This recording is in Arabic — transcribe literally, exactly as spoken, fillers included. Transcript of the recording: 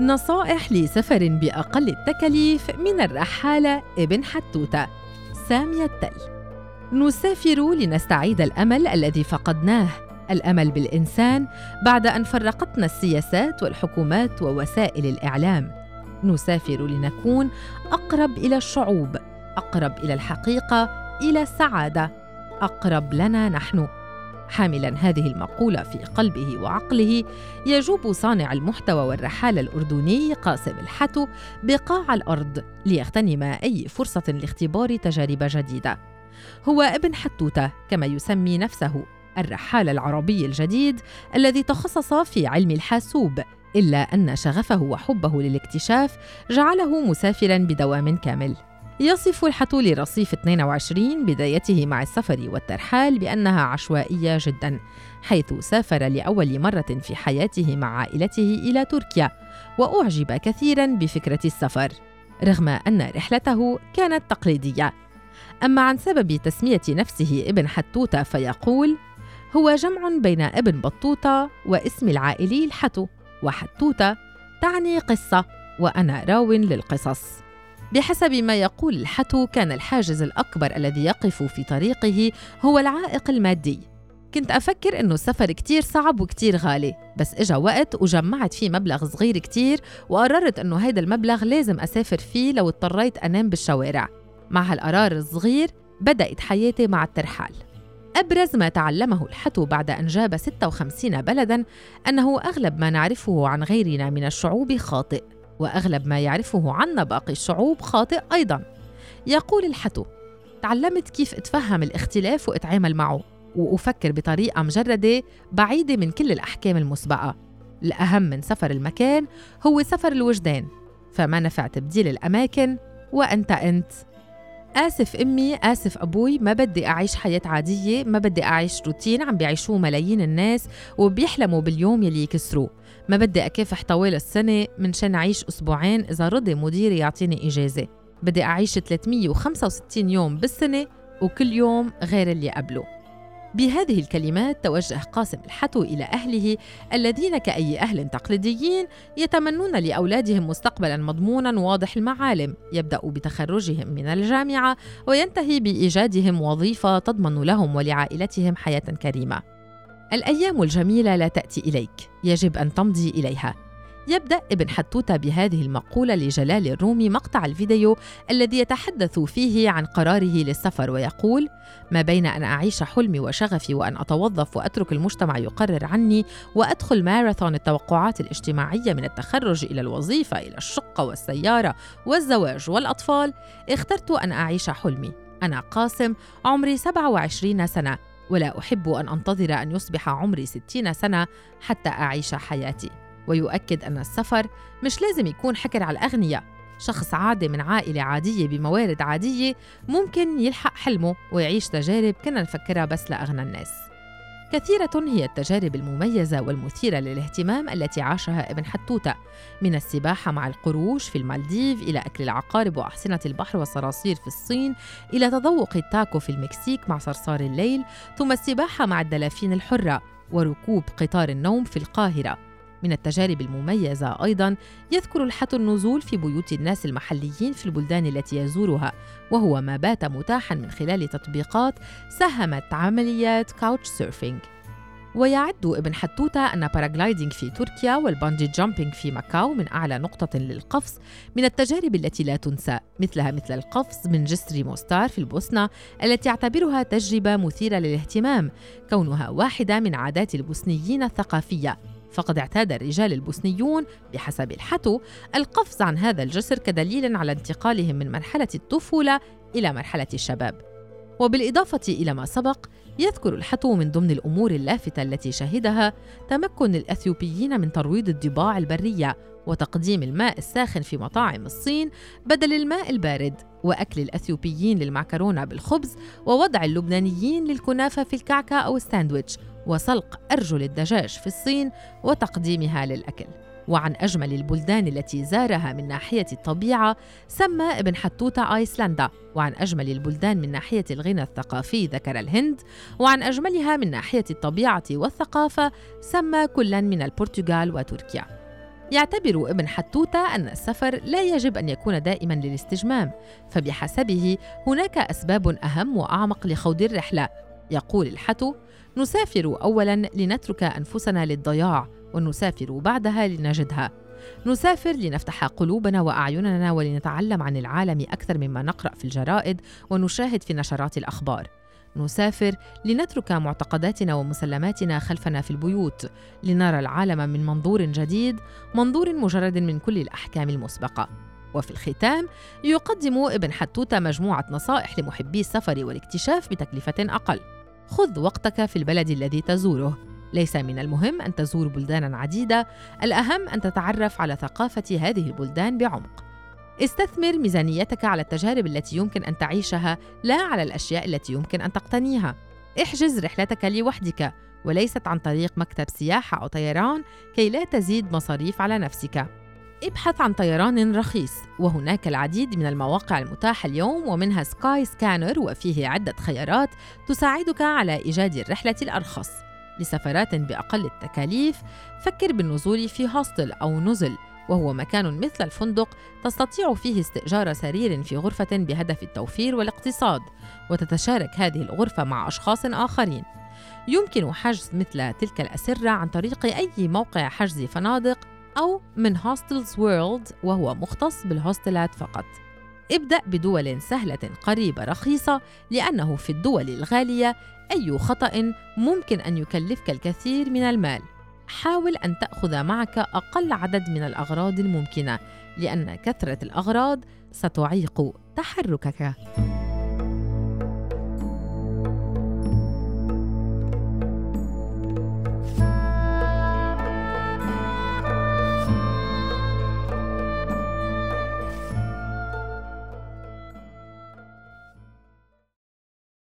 نصائح لسفر بأقل التكاليف من الرحالة ابن حتوتة سامية التل. نسافر لنستعيد الأمل الذي فقدناه، الأمل بالإنسان بعد أن فرقتنا السياسات والحكومات ووسائل الإعلام. نسافر لنكون أقرب إلى الشعوب، أقرب إلى الحقيقة، إلى السعادة، أقرب لنا نحن. حاملاً هذه المقولة في قلبه وعقله، يجوب صانع المحتوى والرحالة الأردني قاسم الحتو بقاع الأرض ليغتنم أي فرصة لاختبار تجارب جديدة. هو ابن حتوتة كما يسمي نفسه، الرحال العربي الجديد الذي تخصص في علم الحاسوب، إلا أن شغفه وحبه للاكتشاف جعله مسافراً بدوام كامل. يصف الحتو لرصيف اثنين وعشرين بدايته مع السفر والترحال بأنها عشوائية جداً، حيث سافر لأول مرة في حياته مع عائلته إلى تركيا، وأعجب كثيراً بفكرة السفر رغم أن رحلته كانت تقليدية. أما عن سبب تسمية نفسه ابن حتوتة فيقول: هو جمع بين ابن بطوطة واسم العائلي الحتو، وحتوتة تعني قصة، وأنا راو للقصص. بحسب ما يقول الحتو، كان الحاجز الأكبر الذي يقف في طريقه هو العائق المادي. كنت أفكر إنه السفر كتير صعب وكتير غالي، بس إجا وقت وجمعت فيه مبلغ صغير كتير، وقررت إنه هيدا المبلغ لازم أسافر فيه لو اضطريت أنام بالشوارع. مع هالقرار الصغير بدأت حياتي مع الترحال. أبرز ما تعلمه الحتو بعد أن جاب ستة وخمسين بلداً أنه أغلب ما نعرفه عن غيرنا من الشعوب خاطئ، وأغلب ما يعرفه عنا باقي الشعوب خاطئ أيضاً. يقول الحتو: تعلمت كيف أتفهم الاختلاف وأتعامل معه، وأفكر بطريقة مجردة بعيدة من كل الأحكام المسبقة. الأهم من سفر المكان هو سفر الوجدان، فما نفع تبديل الأماكن وأنت أنت. آسف أمي، آسف أبوي، ما بدي أعيش حياة عادية، ما بدي أعيش روتين عم بيعيشوه ملايين الناس وبيحلموا باليوم يلي يكسروه. ما بدي أكافح طوال السنة منشان أعيش أسبوعين إذا رضي مديري يعطيني إجازة. بدي أعيش ثلاثمية وخمسة وستين يوم بالسنة وكل يوم غير اللي قبله. بهذه الكلمات توجه قاسم الحتو إلى أهله الذين كأي أهل تقليديين يتمنون لأولادهم مستقبلاً مضموناً واضح المعالم، يبدأ بتخرجهم من الجامعة وينتهي بإيجادهم وظيفة تضمن لهم ولعائلتهم حياة كريمة. الأيام الجميلة لا تأتي إليك، يجب أن تمضي إليها. يبدأ ابن حتوتة بهذه المقولة لجلال الرومي مقطع الفيديو الذي يتحدث فيه عن قراره للسفر، ويقول: ما بين أن أعيش حلمي وشغفي وأن أتوظف وأترك المجتمع يقرر عني وأدخل ماراثون التوقعات الاجتماعية من التخرج إلى الوظيفة إلى الشقة والسيارة والزواج والأطفال، اخترت أن أعيش حلمي. أنا قاسم، عمري سبعة وعشرين سنة، ولا أحب أن أنتظر أن يصبح عمري ستين سنة حتى أعيش حياتي. ويؤكد أن السفر مش لازم يكون حكر على الأغنياء. شخص عادي من عائلة عادية بموارد عادية ممكن يلحق حلمه ويعيش تجارب كنا نفكرها بس لأغنى الناس. كثيرة هي التجارب المميزة والمثيرة للاهتمام التي عاشها ابن حتوتة، من السباحة مع القروش في المالديف إلى أكل العقارب وأحصنة البحر والصراصير في الصين، إلى تذوق التاكو في المكسيك مع صرصار الليل، ثم السباحة مع الدلافين الحرة وركوب قطار النوم في القاهرة. من التجارب المميزة أيضاً يذكر الحتو النزول في بيوت الناس المحليين في البلدان التي يزورها، وهو ما بات متاحاً من خلال تطبيقات ساهمت عمليات كاوتش سيرفينج. ويعد ابن حتوتة أن باراغلايدينج في تركيا والبانجي جامبينج في ماكاو من أعلى نقطة للقفز من التجارب التي لا تنسى، مثلها مثل القفز من جسر موستار في البوسنة التي يعتبرها تجربة مثيرة للاهتمام، كونها واحدة من عادات البوسنيين الثقافية. فقد اعتاد الرجال البوسنيون بحسب الحتو القفز عن هذا الجسر كدليل على انتقالهم من مرحلة الطفولة إلى مرحلة الشباب. وبالإضافة إلى ما سبق، يذكر الحتو من ضمن الأمور اللافتة التي شهدها تمكن الأثيوبيين من ترويض الضباع البرية وتقديم الماء الساخن في مطاعم الصين بدل الماء البارد، وأكل الأثيوبيين للمعكرونة بالخبز، ووضع اللبنانيين للكنافة في الكعكة أو الساندويتش، وسلق أرجل الدجاج في الصين وتقديمها للأكل. وعن أجمل البلدان التي زارها من ناحية الطبيعة سمى ابن حتوتة آيسلندا، وعن أجمل البلدان من ناحية الغنى الثقافي ذكر الهند، وعن أجملها من ناحية الطبيعة والثقافة سمى كلاً من البرتغال وتركيا. يعتبر ابن حتوتة أن السفر لا يجب أن يكون دائماً للاستجمام، فبحسبه هناك أسباب أهم وأعمق لخوض الرحلة. يقول الحتو: نسافر أولاً لنترك أنفسنا للضياع، ونسافر بعدها لنجدها. نسافر لنفتح قلوبنا وأعيننا ولنتعلم عن العالم أكثر مما نقرأ في الجرائد ونشاهد في نشرات الأخبار. نسافر لنترك معتقداتنا ومسلماتنا خلفنا في البيوت، لنرى العالم من منظور جديد، منظور مجرد من كل الأحكام المسبقة. وفي الختام يقدم ابن حتوتة مجموعة نصائح لمحبي السفر والاكتشاف بتكلفة أقل. خذ وقتك في البلد الذي تزوره. ليس من المهم أن تزور بلداناً عديدة، الأهم أن تتعرف على ثقافة هذه البلدان بعمق. استثمر ميزانيتك على التجارب التي يمكن أن تعيشها، لا على الأشياء التي يمكن أن تقتنيها. احجز رحلتك لوحدك وليست عن طريق مكتب سياحة أو طيران كي لا تزيد مصاريف على نفسك. ابحث عن طيران رخيص، وهناك العديد من المواقع المتاحة اليوم ومنها سكاي سكانر، وفيه عدة خيارات تساعدك على إيجاد الرحلة الأرخص. لسفرات بأقل التكاليف فكر بالنزول في هوستل أو نزل، وهو مكان مثل الفندق تستطيع فيه استئجار سرير في غرفة بهدف التوفير والاقتصاد، وتتشارك هذه الغرفة مع أشخاص آخرين. يمكن حجز مثل تلك الأسرة عن طريق أي موقع حجز فنادق أو من هوستلز وورلد، وهو مختص بالهوستلات فقط. ابدأ بدول سهلة قريبة رخيصة، لأنه في الدول الغالية أي خطأ ممكن أن يكلفك الكثير من المال. حاول أن تأخذ معك أقل عدد من الأغراض الممكنة، لأن كثرة الأغراض ستعيق تحركك.